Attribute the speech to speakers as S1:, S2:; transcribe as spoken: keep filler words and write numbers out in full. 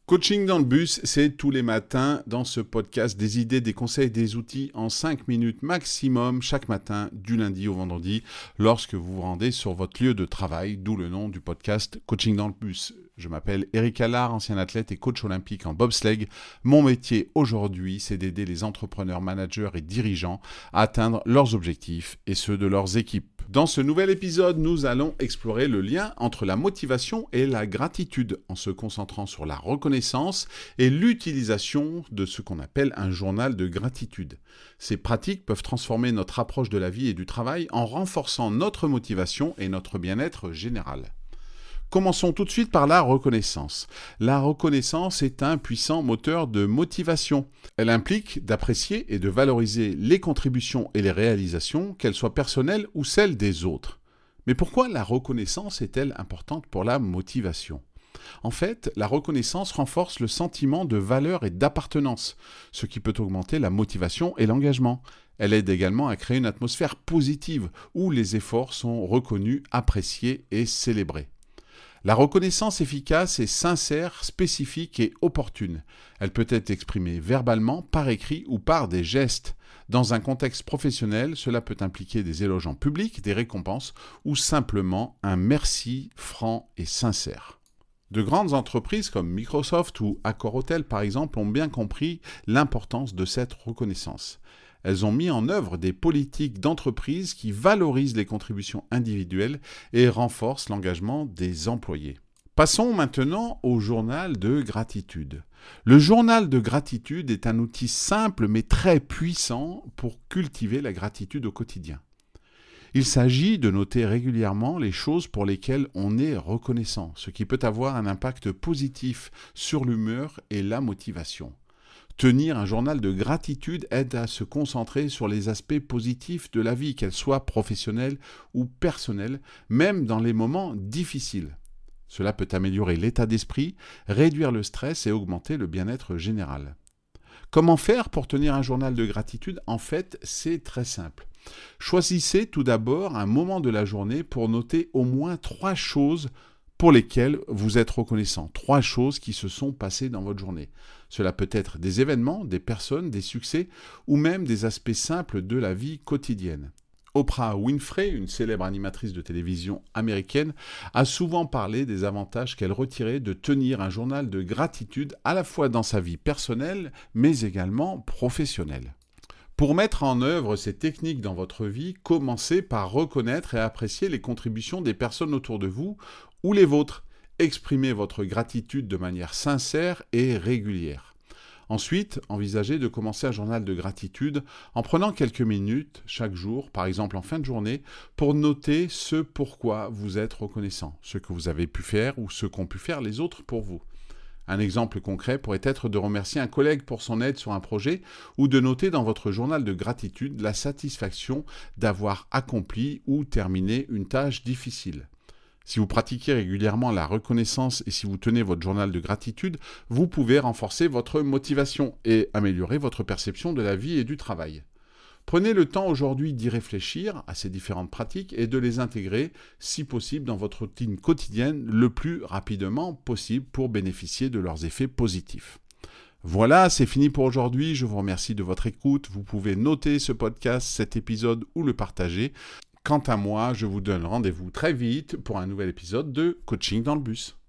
S1: Coaching dans le bus, c'est tous les matins dans ce podcast des idées, des conseils, des outils en cinq minutes maximum chaque matin du lundi au vendredi lorsque vous vous rendez sur votre lieu de travail, d'où le nom du podcast Coaching dans le bus. Je m'appelle Eric Allard, ancien athlète et coach olympique en bobsleigh. Mon métier aujourd'hui, c'est d'aider les entrepreneurs, managers et dirigeants à atteindre leurs objectifs et ceux de leurs équipes. Dans ce nouvel épisode, nous allons explorer le lien entre la motivation et la gratitude en se concentrant sur la reconnaissance et l'utilisation de ce qu'on appelle un journal de gratitude. Ces pratiques peuvent transformer notre approche de la vie et du travail en renforçant notre motivation et notre bien-être général. Commençons tout de suite par la reconnaissance. La reconnaissance est un puissant moteur de motivation. Elle implique d'apprécier et de valoriser les contributions et les réalisations, qu'elles soient personnelles ou celles des autres. Mais pourquoi la reconnaissance est-elle importante pour la motivation ? En fait, la reconnaissance renforce le sentiment de valeur et d'appartenance, ce qui peut augmenter la motivation et l'engagement. Elle aide également à créer une atmosphère positive où les efforts sont reconnus, appréciés et célébrés. La reconnaissance efficace est sincère, spécifique et opportune. Elle peut être exprimée verbalement, par écrit ou par des gestes. Dans un contexte professionnel, cela peut impliquer des éloges en public, des récompenses ou simplement un merci franc et sincère. De grandes entreprises comme Microsoft ou Accor Hotel par exemple ont bien compris l'importance de cette reconnaissance. Elles ont mis en œuvre des politiques d'entreprise qui valorisent les contributions individuelles et renforcent l'engagement des employés. Passons maintenant au journal de gratitude. Le journal de gratitude est un outil simple mais très puissant pour cultiver la gratitude au quotidien. Il s'agit de noter régulièrement les choses pour lesquelles on est reconnaissant, ce qui peut avoir un impact positif sur l'humeur et la motivation. Tenir un journal de gratitude aide à se concentrer sur les aspects positifs de la vie, qu'elle soit professionnelle ou personnelle, même dans les moments difficiles. Cela peut améliorer l'état d'esprit, réduire le stress et augmenter le bien-être général. Comment faire pour tenir un journal de gratitude ? En fait, c'est très simple. Choisissez tout d'abord un moment de la journée pour noter au moins trois choses pour lesquelles vous êtes reconnaissant. Trois choses qui se sont passées dans votre journée. Cela peut être des événements, des personnes, des succès ou même des aspects simples de la vie quotidienne. Oprah Winfrey, une célèbre animatrice de télévision américaine, a souvent parlé des avantages qu'elle retirait de tenir un journal de gratitude à la fois dans sa vie personnelle mais également professionnelle. Pour mettre en œuvre ces techniques dans votre vie, commencez par reconnaître et apprécier les contributions des personnes autour de vous ou les vôtres. Exprimez votre gratitude de manière sincère et régulière. Ensuite, envisagez de commencer un journal de gratitude en prenant quelques minutes chaque jour, par exemple en fin de journée, pour noter ce pourquoi vous êtes reconnaissant, ce que vous avez pu faire ou ce qu'ont pu faire les autres pour vous. Un exemple concret pourrait être de remercier un collègue pour son aide sur un projet ou de noter dans votre journal de gratitude la satisfaction d'avoir accompli ou terminé une tâche difficile. Si vous pratiquez régulièrement la reconnaissance et si vous tenez votre journal de gratitude, vous pouvez renforcer votre motivation et améliorer votre perception de la vie et du travail. Prenez le temps aujourd'hui d'y réfléchir à ces différentes pratiques et de les intégrer, si possible, dans votre routine quotidienne le plus rapidement possible pour bénéficier de leurs effets positifs. Voilà, c'est fini pour aujourd'hui. Je vous remercie de votre écoute. Vous pouvez noter ce podcast, cet épisode ou le partager. Quant à moi, je vous donne rendez-vous très vite pour un nouvel épisode de Coaching dans le bus.